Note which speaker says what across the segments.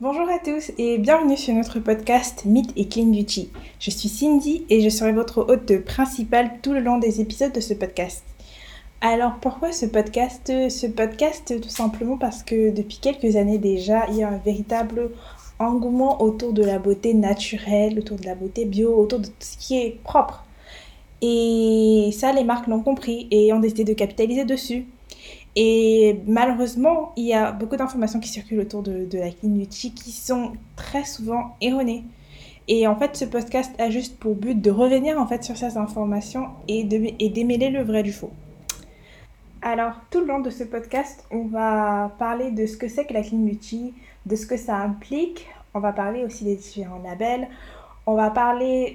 Speaker 1: Bonjour à tous et bienvenue sur notre podcast Meet et Clean Beauty. Je suis Cindy et je serai votre hôte principale tout le long des épisodes de ce podcast. Alors pourquoi ce podcast? Ce podcast tout simplement parce que depuis quelques années déjà, il y a un véritable engouement autour de la beauté naturelle, autour de la beauté bio, autour de tout ce qui est propre. Et ça, les marques l'ont compris et ont décidé de capitaliser dessus. Et malheureusement, il y a beaucoup d'informations qui circulent autour de la clean beauty qui sont très souvent erronées. Et en fait, ce podcast a juste pour but de revenir en fait sur ces informations et démêler le vrai du faux. Alors, tout le long de ce podcast, on va parler de ce que c'est que la clean beauty, de ce que ça implique. On va parler aussi des différents labels. On va parler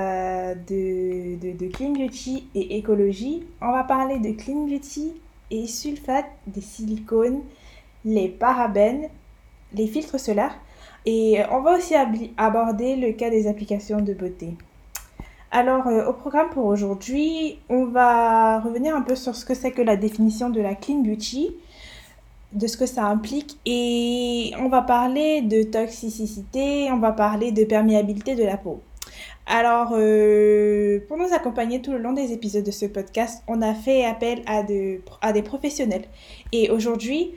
Speaker 1: de clean beauty et écologie. On va parler de clean beauty et sulfate, des silicones, les parabènes, les filtres solaires. Et on va aussi aborder le cas des applications de beauté. Alors, au programme pour aujourd'hui, on va revenir un peu sur ce que c'est que la définition de la clean beauty, de ce que ça implique, et on va parler de toxicité, on va parler de perméabilité de la peau. Alors, pour nous accompagner tout le long des épisodes de ce podcast, on a fait appel à des professionnels. Et aujourd'hui,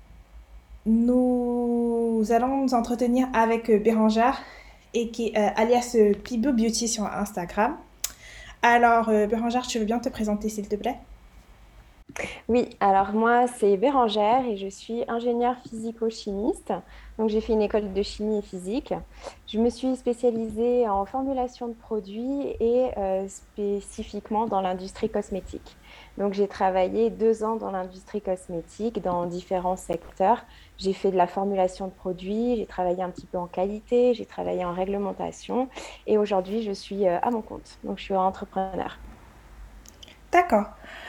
Speaker 1: nous allons nous entretenir avec Bérangère, et alias Pibo Beauty sur Instagram. Alors, Bérangère, tu veux bien te présenter, s'il te plaît?
Speaker 2: Oui, alors moi, c'est Bérangère et je suis ingénieure physico-chimiste. Donc, j'ai fait une école de chimie et physique. Je me suis spécialisée en formulation de produits et spécifiquement dans l'industrie cosmétique. Donc, j'ai travaillé 2 ans dans l'industrie cosmétique dans différents secteurs. J'ai fait de la formulation de produits, j'ai travaillé un petit peu en qualité, j'ai travaillé en réglementation et aujourd'hui, je suis à mon compte. Donc, je suis entrepreneur.
Speaker 1: D'accord.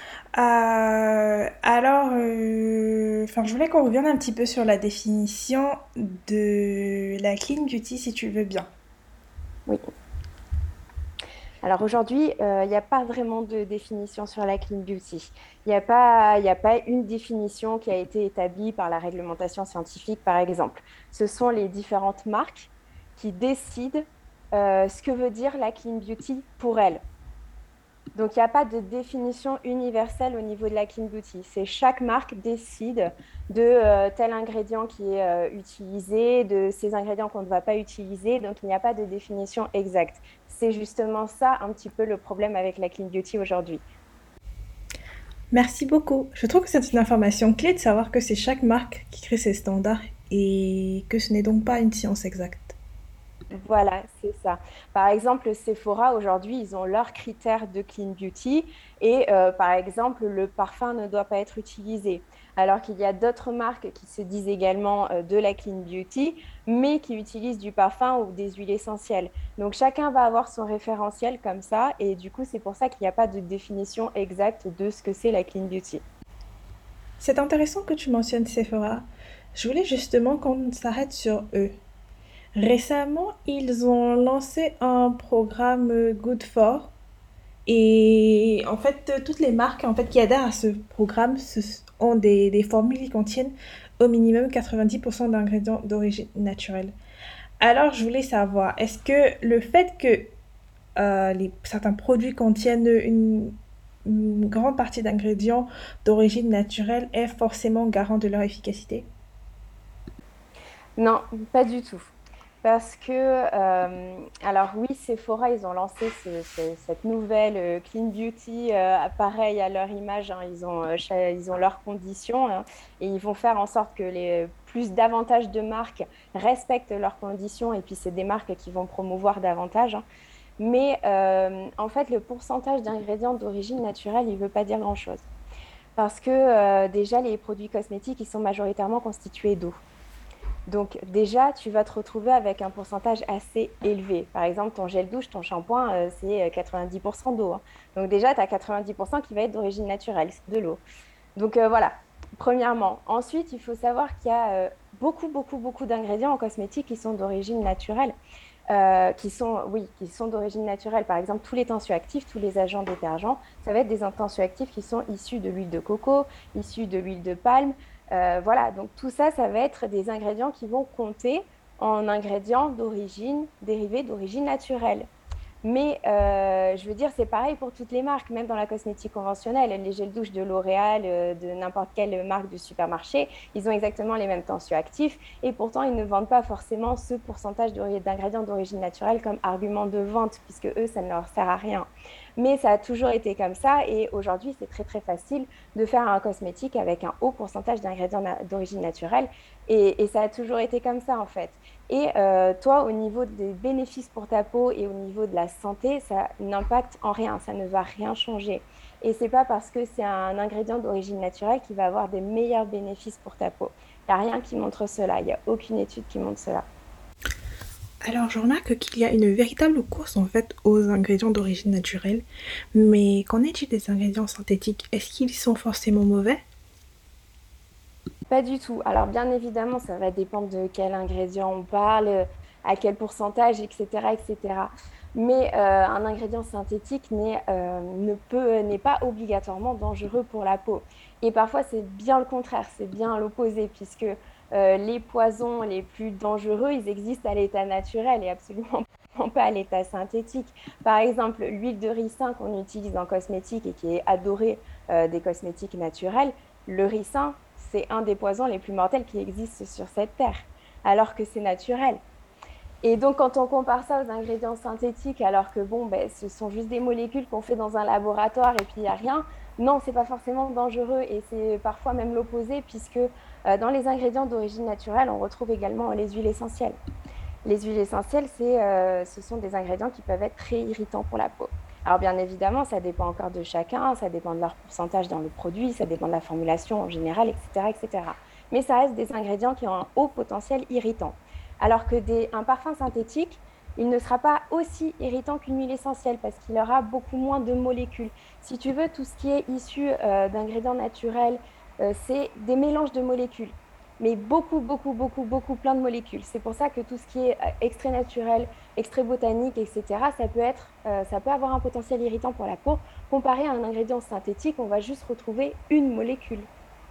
Speaker 1: Je voulais qu'on revienne un petit peu sur la définition de la clean beauty, si tu veux bien.
Speaker 2: Oui. Alors aujourd'hui, il n'y a pas vraiment de définition sur la clean beauty. Il y a pas une définition qui a été établie par la réglementation scientifique, par exemple. Ce sont les différentes marques qui décident ce que veut dire la clean beauty pour elles. Donc, il n'y a pas de définition universelle au niveau de la clean beauty. C'est chaque marque décide de tel ingrédient qui est utilisé, de ces ingrédients qu'on ne va pas utiliser. Donc, il n'y a pas de définition exacte. C'est justement ça un petit peu le problème avec la clean beauty aujourd'hui.
Speaker 1: Merci beaucoup. Je trouve que c'est une information clé de savoir que c'est chaque marque qui crée ses standards et que ce n'est donc pas une science exacte.
Speaker 2: Voilà, c'est ça. Par exemple, Sephora, aujourd'hui, ils ont leurs critères de clean beauty et par exemple, le parfum ne doit pas être utilisé. Alors qu'il y a d'autres marques qui se disent également de la clean beauty, mais qui utilisent du parfum ou des huiles essentielles. Donc, chacun va avoir son référentiel comme ça et du coup, c'est pour ça qu'il n'y a pas de définition exacte de ce que c'est la clean beauty.
Speaker 1: C'est intéressant que tu mentionnes Sephora. Je voulais justement qu'on s'arrête sur eux. Récemment, ils ont lancé un programme Good For. Et en fait, toutes les marques en fait, qui adhèrent à ce programme ont des formules qui contiennent au minimum 90% d'ingrédients d'origine naturelle. Alors, je voulais savoir, est-ce que le fait que certains produits contiennent une grande partie d'ingrédients d'origine naturelle est forcément garant de leur efficacité?
Speaker 2: Non, pas du tout. Parce que, alors oui, Sephora, ils ont lancé cette nouvelle Clean Beauty, pareil à leur image, hein, ils ont leurs conditions hein, et ils vont faire en sorte que davantage de marques respectent leurs conditions et puis c'est des marques qui vont promouvoir davantage. Hein. Mais en fait, le pourcentage d'ingrédients d'origine naturelle, il ne veut pas dire grand-chose. Parce que déjà, les produits cosmétiques, ils sont majoritairement constitués d'eau. Donc déjà, tu vas te retrouver avec un pourcentage assez élevé. Par exemple, ton gel douche, ton shampoing, c'est 90% d'eau. Hein. Donc déjà, tu as 90% qui va être d'origine naturelle, c'est de l'eau. Donc voilà, premièrement. Ensuite, il faut savoir qu'il y a beaucoup, beaucoup, beaucoup d'ingrédients en cosmétique qui sont d'origine naturelle. Oui, qui sont d'origine naturelle. Par exemple, tous les tensioactifs, tous les agents détergents, ça va être des tensioactifs qui sont issus de l'huile de coco, issus de l'huile de palme. Voilà, donc tout ça, ça va être des ingrédients qui vont compter en ingrédients d'origine dérivés d'origine naturelle. Mais je veux dire, c'est pareil pour toutes les marques, même dans la cosmétique conventionnelle. Les gels douche de L'Oréal, de n'importe quelle marque de supermarché, ils ont exactement les mêmes tensioactifs et pourtant, ils ne vendent pas forcément ce pourcentage d'ingrédients d'origine naturelle comme argument de vente, puisque eux, ça ne leur sert à rien. Mais ça a toujours été comme ça et aujourd'hui, c'est très, très facile de faire un cosmétique avec un haut pourcentage d'ingrédients d'origine naturelle et ça a toujours été comme ça, en fait. Et toi, au niveau des bénéfices pour ta peau et au niveau de la santé, ça n'impacte en rien, ça ne va rien changer. Et c'est pas parce que c'est un ingrédient d'origine naturelle qu'il va avoir des meilleurs bénéfices pour ta peau. Il n'y a rien qui montre cela, il n'y a aucune étude qui montre cela.
Speaker 1: Alors, je remarque qu'il y a une véritable course en fait aux ingrédients d'origine naturelle, mais qu'en est-il des ingrédients synthétiques? Est-ce qu'ils sont forcément mauvais?
Speaker 2: Pas du tout. Alors, bien évidemment, ça va dépendre de quel ingrédient on parle, à quel pourcentage, etc., etc. Mais un ingrédient synthétique n'est pas obligatoirement dangereux pour la peau. Et parfois, c'est bien le contraire, c'est bien l'opposé, puisque les poisons les plus dangereux, ils existent à l'état naturel et absolument pas à l'état synthétique. Par exemple, l'huile de ricin qu'on utilise en cosmétique et qui est adorée des cosmétiques naturels, le ricin, c'est un des poisons les plus mortels qui existent sur cette terre, alors que c'est naturel. Et donc, quand on compare ça aux ingrédients synthétiques, alors que bon, ben, ce sont juste des molécules qu'on fait dans un laboratoire et puis il n'y a rien, non, c'est pas forcément dangereux et c'est parfois même l'opposé, puisque dans les ingrédients d'origine naturelle, on retrouve également les huiles essentielles. Les huiles essentielles, ce sont des ingrédients qui peuvent être très irritants pour la peau. Alors bien évidemment, ça dépend encore de chacun, ça dépend de leur pourcentage dans le produit, ça dépend de la formulation en général, etc., etc. Mais ça reste des ingrédients qui ont un haut potentiel irritant. Alors que un parfum synthétique, il ne sera pas aussi irritant qu'une huile essentielle parce qu'il aura beaucoup moins de molécules. Si tu veux, tout ce qui est issu d'ingrédients naturels, c'est des mélanges de molécules, mais beaucoup, beaucoup, beaucoup, beaucoup, plein de molécules. C'est pour ça que tout ce qui est extrait naturel, extrait botanique, etc., ça peut avoir un potentiel irritant pour la peau. Comparé à un ingrédient synthétique, on va juste retrouver une molécule.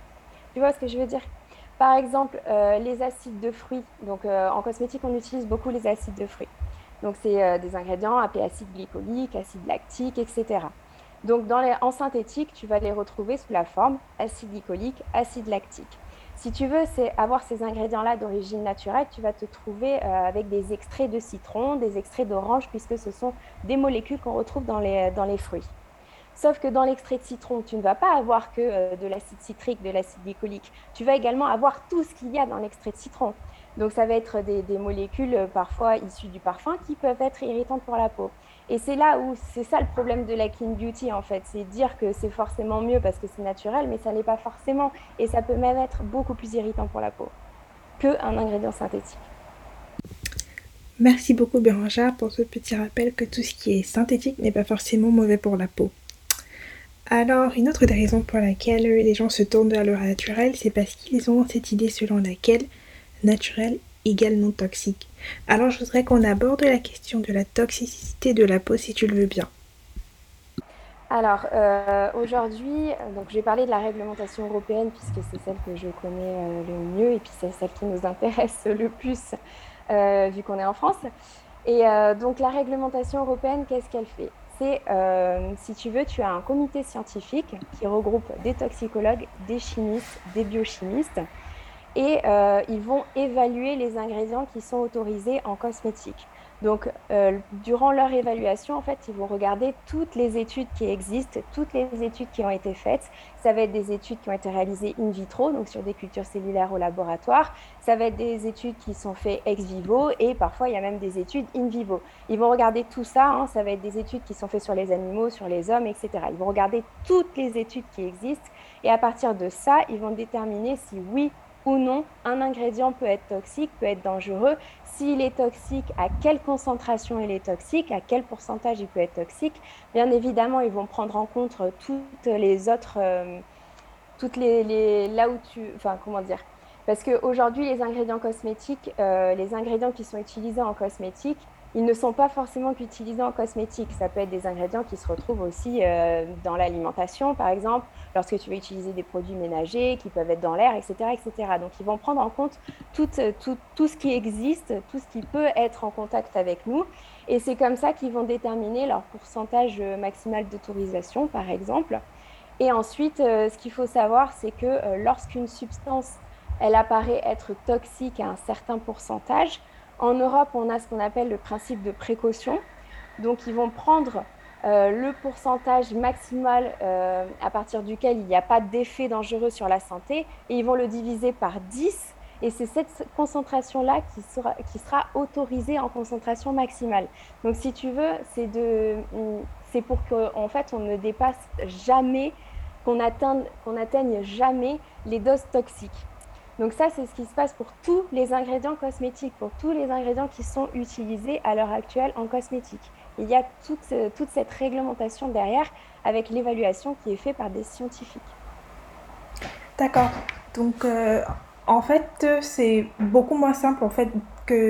Speaker 2: Tu vois ce que je veux dire? Par exemple, les acides de fruits. Donc, en cosmétique, on utilise beaucoup les acides de fruits. Donc, c'est des ingrédients appelés acide glycolique, acide lactique, etc. Donc, en synthétique, tu vas les retrouver sous la forme acide glycolique, acide lactique. Si tu veux avoir ces ingrédients-là d'origine naturelle, tu vas te trouver avec des extraits de citron, des extraits d'orange, puisque ce sont des molécules qu'on retrouve dans les fruits. Sauf que dans l'extrait de citron, tu ne vas pas avoir que de l'acide citrique, de l'acide glycolique. Tu vas également avoir tout ce qu'il y a dans l'extrait de citron. Donc, ça va être des molécules parfois issues du parfum qui peuvent être irritantes pour la peau. Et c'est là où c'est ça le problème de la clean beauty, en fait. C'est dire que c'est forcément mieux parce que c'est naturel, mais ça n'est pas forcément. Et ça peut même être beaucoup plus irritant pour la peau qu'un ingrédient synthétique.
Speaker 1: Merci beaucoup Bérangère pour ce petit rappel que tout ce qui est synthétique n'est pas forcément mauvais pour la peau. Alors, une autre des raisons pour laquelle les gens se tournent vers le naturel, c'est parce qu'ils ont cette idée selon laquelle naturel égale non toxique. Alors, je voudrais qu'on aborde la question de la toxicité de la peau si tu le veux bien.
Speaker 2: Alors, aujourd'hui, donc, je vais parler de la réglementation européenne puisque c'est celle que je connais le mieux et puis c'est celle qui nous intéresse le plus vu qu'on est en France. Et donc, la réglementation européenne, qu'est-ce qu'elle fait? Si tu veux, tu as un comité scientifique qui regroupe des toxicologues, des chimistes, des biochimistes et ils vont évaluer les ingrédients qui sont autorisés en cosmétique. Donc, durant leur évaluation, en fait, ils vont regarder toutes les études qui existent, toutes les études qui ont été faites. Ça va être des études qui ont été réalisées in vitro, donc sur des cultures cellulaires au laboratoire. Ça va être des études qui sont faites ex vivo et parfois, il y a même des études in vivo. Ils vont regarder tout ça, hein, ça va être des études qui sont faites sur les animaux, sur les hommes, etc. Ils vont regarder toutes les études qui existent et à partir de ça, ils vont déterminer si oui ou non, un ingrédient peut être toxique, peut être dangereux. S'il est toxique, à quelle concentration il est toxique, à quel pourcentage il peut être toxique. Bien évidemment, ils vont prendre en compte toutes les autres, là où enfin, comment dire? Parce qu'aujourd'hui, les ingrédients cosmétiques, les ingrédients qui sont utilisés en cosmétique, Ils ne sont pas forcément qu'utilisés en cosmétique. Ça peut être des ingrédients qui se retrouvent aussi dans l'alimentation, par exemple, lorsque tu veux utiliser des produits ménagers qui peuvent être dans l'air, etc., etc. Donc, ils vont prendre en compte tout ce qui existe, tout ce qui peut être en contact avec nous. Et c'est comme ça qu'ils vont déterminer leur pourcentage maximal d'autorisation, par exemple. Et ensuite, ce qu'il faut savoir, c'est que lorsqu'une substance, elle apparaît être toxique à un certain pourcentage, en Europe, on a ce qu'on appelle le principe de précaution. Donc, ils vont prendre le pourcentage maximal à partir duquel il n'y a pas d'effet dangereux sur la santé et ils vont le diviser par 10. Et c'est cette concentration-là qui sera autorisée en concentration maximale. Donc, si tu veux, c'est pour qu'en fait, on ne dépasse jamais, qu'on atteigne jamais les doses toxiques. Donc ça, c'est ce qui se passe pour tous les ingrédients cosmétiques, pour tous les ingrédients qui sont utilisés à l'heure actuelle en cosmétique. Il y a toute cette réglementation derrière avec l'évaluation qui est faite par des scientifiques.
Speaker 1: D'accord. Donc, en fait, c'est beaucoup moins simple en fait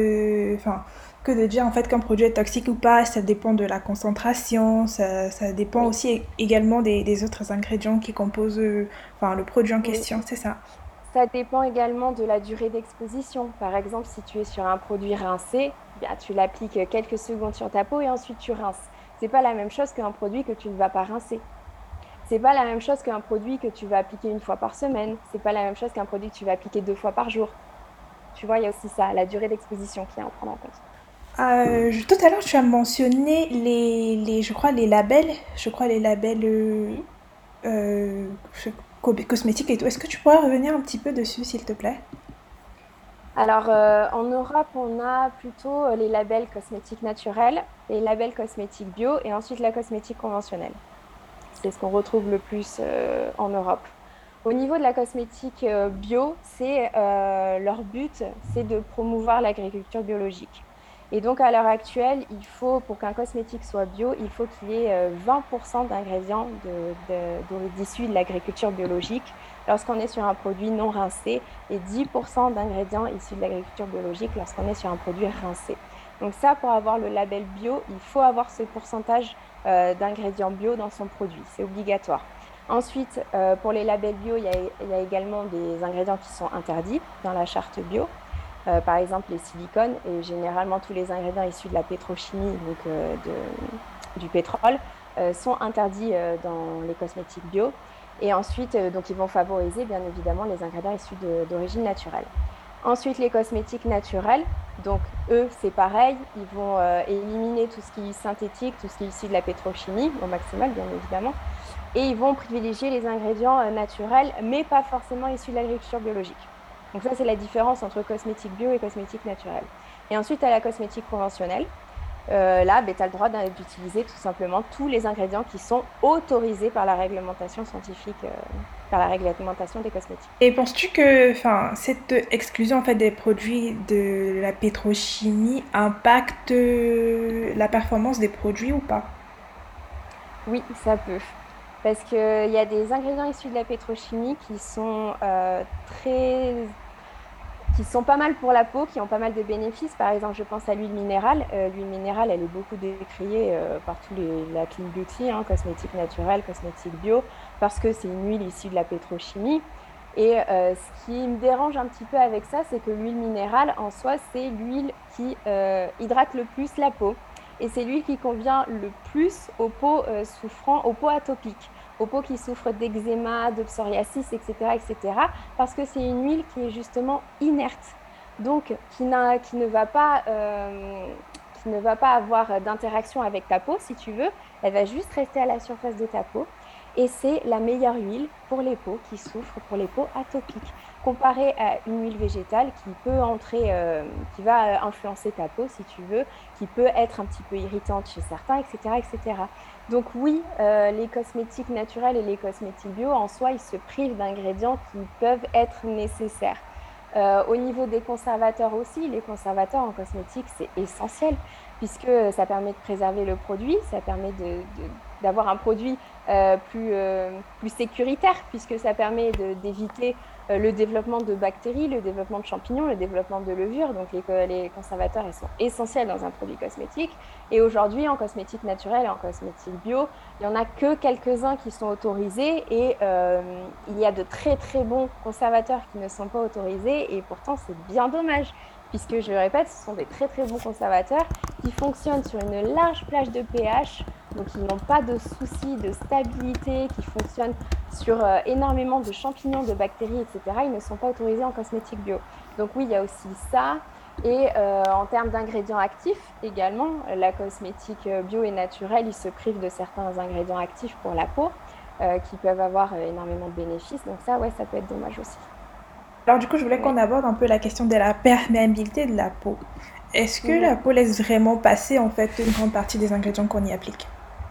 Speaker 1: que de dire en fait qu'un produit est toxique ou pas. Ça dépend de la concentration, ça dépend
Speaker 2: Oui,
Speaker 1: aussi également des autres ingrédients qui composent le produit en
Speaker 2: oui.
Speaker 1: question, c'est ça.
Speaker 2: Ça dépend également de la durée d'exposition. Par exemple, si tu es sur un produit rincé, bien, tu l'appliques quelques secondes sur ta peau et ensuite tu rinces. C'est pas la même chose qu'un produit que tu ne vas pas rincer. C'est pas la même chose qu'un produit que tu vas appliquer une fois par semaine. C'est pas la même chose qu'un produit que tu vas appliquer 2 fois par jour. Tu vois, il y a aussi ça, la durée d'exposition qui est à en prendre en compte.
Speaker 1: Tout à l'heure, tu as mentionné je crois, les labels. Je crois les labels
Speaker 2: Oui.
Speaker 1: euh, cosmétiques et tout. Est-ce que tu pourrais revenir un petit peu dessus, s'il te plaît?
Speaker 2: Alors, en Europe, on a plutôt les labels cosmétiques naturels, les labels cosmétiques bio et ensuite la cosmétique conventionnelle. C'est ce qu'on retrouve le plus en Europe. Au niveau de la cosmétique bio, leur but, c'est de promouvoir l'agriculture biologique. Et donc, à l'heure actuelle, pour qu'un cosmétique soit bio, il faut qu'il y ait 20% d'ingrédients d'issus de l'agriculture biologique lorsqu'on est sur un produit non rincé et 10% d'ingrédients issus de l'agriculture biologique lorsqu'on est sur un produit rincé. Donc ça, pour avoir le label bio, il faut avoir ce pourcentage d'ingrédients bio dans son produit. C'est obligatoire. Ensuite, pour les labels bio, il y a également des ingrédients qui sont interdits dans la charte bio. Par exemple, les silicones et généralement tous les ingrédients issus de la pétrochimie, donc du pétrole, sont interdits dans les cosmétiques bio. Et ensuite, donc, ils vont favoriser bien évidemment les ingrédients issus d'origine naturelle. Ensuite, les cosmétiques naturels, donc eux, c'est pareil, ils vont éliminer tout ce qui est synthétique, tout ce qui est issu de la pétrochimie, au maximal, bien évidemment, et ils vont privilégier les ingrédients naturels, mais pas forcément issus de l'agriculture biologique. Donc ça, c'est la différence entre cosmétique bio et cosmétique naturelle. Et ensuite, à la cosmétique conventionnelle, là, ben, tu as le droit d'utiliser tout simplement tous les ingrédients qui sont autorisés par la réglementation scientifique, par la réglementation des cosmétiques.
Speaker 1: Et penses-tu que cette exclusion en fait, des produits de la pétrochimie impacte la performance des produits ou pas?
Speaker 2: Oui, ça peut. Parce qu'il y a des ingrédients issus de la pétrochimie qui sont pas mal pour la peau, qui ont pas mal de bénéfices. Par exemple, je pense à l'huile minérale. L'huile minérale, elle est beaucoup décriée par la clean beauty, hein, cosmétique naturelle, cosmétique bio, parce que c'est une huile issue de la pétrochimie. Et ce qui me dérange un petit peu avec ça, c'est que l'huile minérale, en soi, c'est l'huile qui hydrate le plus la peau. Et c'est l'huile qui convient le plus aux peaux souffrant, aux peaux atopiques, aux peaux qui souffrent d'eczéma, de psoriasis, etc., etc. Parce que c'est une huile qui est justement inerte, donc qui ne va pas avoir d'interaction avec ta peau, si tu veux. Elle va juste rester à la surface de ta peau. Et c'est la meilleure huile pour les peaux qui souffrent, pour les peaux atopiques, comparée à une huile végétale qui va influencer ta peau, si tu veux, qui peut être un petit peu irritante chez certains, etc., etc. Donc oui, les cosmétiques naturels et les cosmétiques bio, en soi, ils se privent d'ingrédients qui peuvent être nécessaires. Au niveau des conservateurs aussi, les conservateurs en cosmétique, c'est essentiel puisque ça permet de préserver le produit, ça permet d'avoir un produit plus sécuritaire, puisque ça permet d'éviter le développement de bactéries, le développement de champignons, le développement de levures. Donc, les conservateurs, ils sont essentiels dans un produit cosmétique. Et aujourd'hui, en cosmétique naturelle et en cosmétique bio, il n'y en a que quelques-uns qui sont autorisés et il y a de très, très bons conservateurs qui ne sont pas autorisés. Et pourtant, c'est bien dommage, puisque, je le répète, ce sont des très, très bons conservateurs qui fonctionnent sur une large plage de pH. Donc, ils n'ont pas de soucis de stabilité, qui fonctionnent sur énormément de champignons, de bactéries, etc. Ils ne sont pas autorisés en cosmétique bio. Donc oui, il y a aussi ça. Et en termes d'ingrédients actifs également, la cosmétique bio et naturelle, ils se privent de certains ingrédients actifs pour la peau qui peuvent avoir énormément de bénéfices. Donc ça, ouais, ça peut être dommage aussi.
Speaker 1: Alors du coup, je voulais
Speaker 2: Ouais.
Speaker 1: qu'on aborde un peu la question de la perméabilité de la peau. Est-ce que
Speaker 2: Mhm.
Speaker 1: la peau laisse vraiment passer en fait une grande partie des ingrédients qu'on y applique?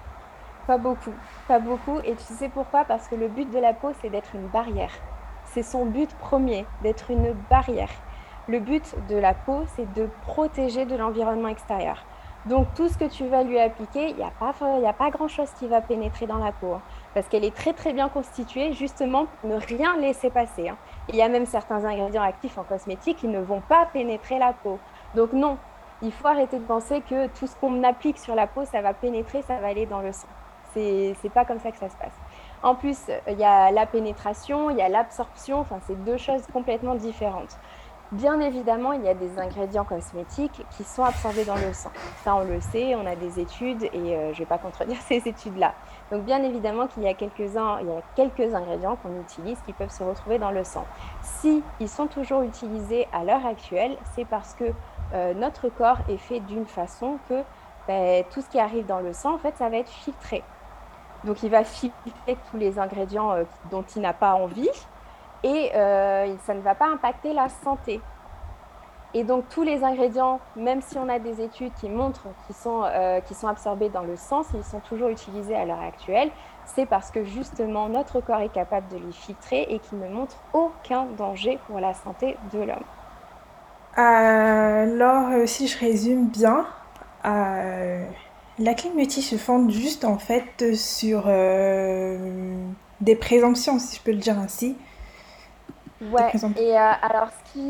Speaker 2: Pas beaucoup, pas beaucoup. Et tu sais pourquoi? Parce que le but de la peau, c'est d'être une barrière. C'est son but premier, d'être une barrière. Le but de la peau, c'est de protéger de l'environnement extérieur. Donc, tout ce que tu vas lui appliquer, il y a pas grand-chose qui va pénétrer dans la peau, hein, parce qu'elle est très, très bien constituée, justement, pour ne rien laisser passer, hein. Il y a même certains ingrédients actifs en cosmétique qui ne vont pas pénétrer la peau. Donc, non, il faut arrêter de penser que tout ce qu'on applique sur la peau, ça va pénétrer, ça va aller dans le sang. C'est pas comme ça que ça se passe. En plus, il y a la pénétration, il y a l'absorption, enfin, c'est deux choses complètement différentes. Bien évidemment, il y a des ingrédients cosmétiques qui sont absorbés dans le sang. Ça, on le sait, on a des études et je ne vais pas contredire ces études-là. Donc, bien évidemment qu'il y a il y a quelques ingrédients qu'on utilise qui peuvent se retrouver dans le sang. Si ils sont toujours utilisés à l'heure actuelle, c'est parce que notre corps est fait d'une façon que ben, tout ce qui arrive dans le sang, en fait, ça va être filtré. Donc, il va filtrer tous les ingrédients dont il n'a pas envie et ça ne va pas impacter la santé. Et donc, tous les ingrédients, même si on a des études qui montrent qu'ils sont absorbés dans le sang, s'ils sont toujours utilisés à l'heure actuelle, c'est parce que justement, notre corps est capable de les filtrer et qu'ils ne montrent aucun danger pour la santé de l'homme.
Speaker 1: Alors, si je résume bien, euh, la clean beauty se fonde juste en fait sur des présomptions, si je peux le dire ainsi. Des
Speaker 2: Ouais,
Speaker 1: présomptions.
Speaker 2: et alors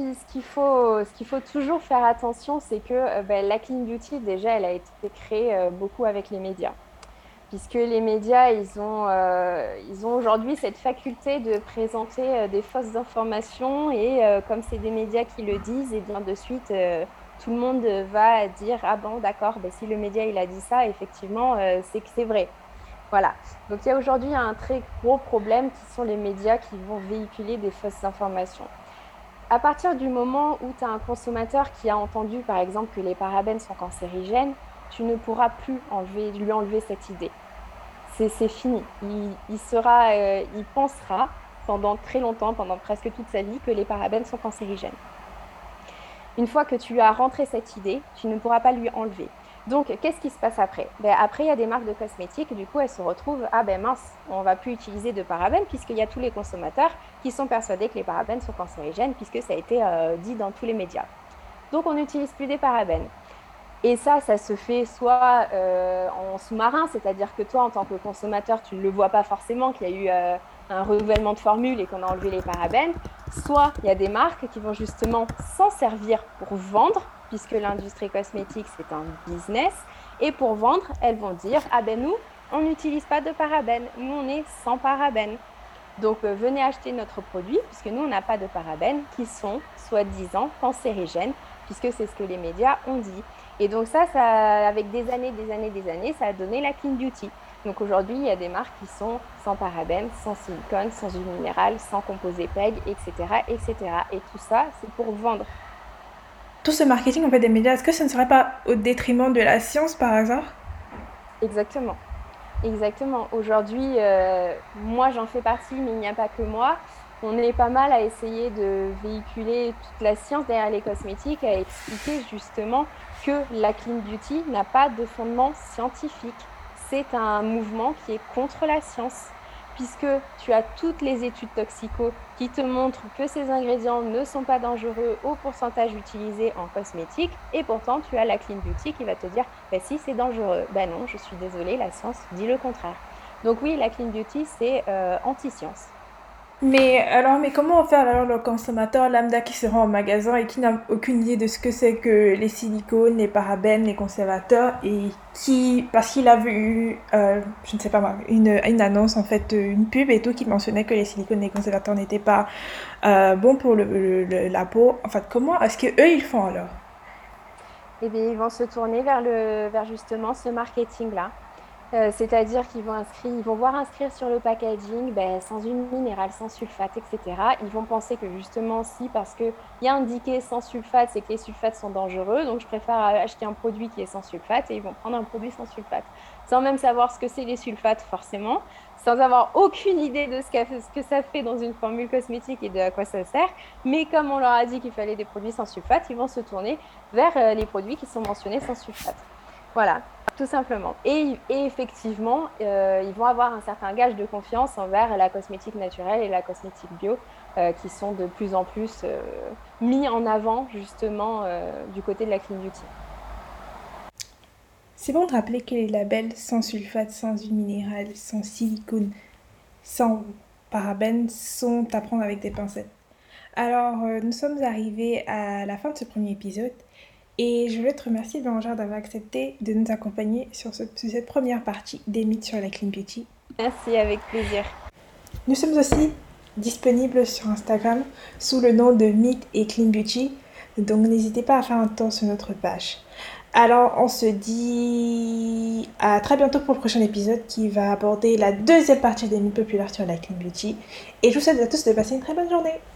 Speaker 2: ce qu'il faut toujours faire attention, c'est que ben, la clean beauty, déjà, elle a été créée beaucoup avec les médias. Puisque les médias, ils ont aujourd'hui cette faculté de présenter des fausses informations et comme c'est des médias qui le disent, et bien de suite, tout le monde va dire, ah bon, d'accord, ben, si le média il a dit ça, effectivement, c'est que c'est vrai. Voilà. Donc il y a aujourd'hui un très gros problème qui sont les médias qui vont véhiculer des fausses informations. À partir du moment où tu as un consommateur qui a entendu, par exemple, que les parabènes sont cancérigènes, tu ne pourras plus lui enlever cette idée. C'est fini. Il pensera pendant très longtemps, pendant presque toute sa vie, que les parabènes sont cancérigènes. Une fois que tu lui as rentré cette idée, tu ne pourras pas lui enlever. Donc, qu'est-ce qui se passe après? Ben, après, il y a des marques de cosmétiques, du coup, elles se retrouvent, ah ben mince, on ne va plus utiliser de parabènes puisqu'il y a tous les consommateurs qui sont persuadés que les parabènes sont cancérigènes puisque ça a été dit dans tous les médias. Donc, on n'utilise plus des parabènes. Et ça se fait soit en sous-marin, c'est-à-dire que toi, en tant que consommateur, tu ne le vois pas forcément qu'il y a eu un renouvellement de formule et qu'on a enlevé les parabènes. Soit il y a des marques qui vont justement s'en servir pour vendre, puisque l'industrie cosmétique, c'est un business. Et pour vendre, elles vont dire, ah ben nous, on n'utilise pas de parabènes, nous, on est sans parabènes. Donc, venez acheter notre produit, puisque nous, on n'a pas de parabènes qui sont soi-disant cancérigènes, puisque c'est ce que les médias ont dit. Et donc ça, avec des années, des années, des années, ça a donné la clean beauty. Donc aujourd'hui, il y a des marques qui sont sans parabènes, sans silicone, sans huile minérale, sans composés PEG, etc., etc. Et cetera. Et tout ça, c'est pour vendre.
Speaker 1: Tout ce marketing en fait des médias, est-ce que ce ne serait pas au détriment de la science par hasard?
Speaker 2: Exactement. Exactement. Aujourd'hui, moi, j'en fais partie, mais il n'y a pas que moi. On est pas mal à essayer de véhiculer toute la science derrière les cosmétiques, à expliquer justement que la clean beauty n'a pas de fondement scientifique. C'est un mouvement qui est contre la science. puisque tu as toutes les études toxico qui te montrent que ces ingrédients ne sont pas dangereux au pourcentage utilisé en cosmétique, et pourtant tu as la Clean Beauty qui va te dire bah, si c'est dangereux. Ben non, je suis désolée, la science dit le contraire. Donc oui, la Clean Beauty, c'est anti-science.
Speaker 1: Mais comment faire alors le consommateur lambda qui se rend au magasin et qui n'a aucune idée de ce que c'est que les silicones, les parabènes, les conservateurs et qui, parce qu'il a vu, je ne sais pas moi, une annonce en fait, une pub et tout qui mentionnait que les silicones et les conservateurs n'étaient pas bons pour la peau. En fait, comment est-ce que eux ils font alors?
Speaker 2: Eh bien, ils vont se tourner vers justement ce marketing-là. C'est-à-dire ils vont voir inscrire sur le packaging ben, sans huile minérale, sans sulfate, etc. Ils vont penser que justement, si, parce qu'il y a indiqué sans sulfate, c'est que les sulfates sont dangereux, donc je préfère acheter un produit qui est sans sulfate et ils vont prendre un produit sans sulfate, sans même savoir ce que c'est les sulfates forcément, sans avoir aucune idée de ce que ça fait dans une formule cosmétique et de à quoi ça sert. Mais comme on leur a dit qu'il fallait des produits sans sulfate, ils vont se tourner vers les produits qui sont mentionnés sans sulfate. Voilà, tout simplement. Et effectivement, ils vont avoir un certain gage de confiance envers la cosmétique naturelle et la cosmétique bio, qui sont de plus en plus mis en avant justement du côté de la clean beauty.
Speaker 1: C'est bon de rappeler que les labels sans sulfate, sans huile minérale, sans silicone, sans parabènes sont à prendre avec des pincettes. Alors, nous sommes arrivés à la fin de ce premier épisode et je voulais te remercier, Bérangère, d'avoir accepté de nous accompagner sur cette première partie des mythes sur la Clean Beauty.
Speaker 2: Merci, avec plaisir.
Speaker 1: Nous sommes aussi disponibles sur Instagram sous le nom de Mythes et Clean Beauty, donc n'hésitez pas à faire un tour sur notre page. Alors, on se dit à très bientôt pour le prochain épisode qui va aborder la deuxième partie des mythes populaires sur la Clean Beauty. Et je vous souhaite à tous de passer une très bonne journée.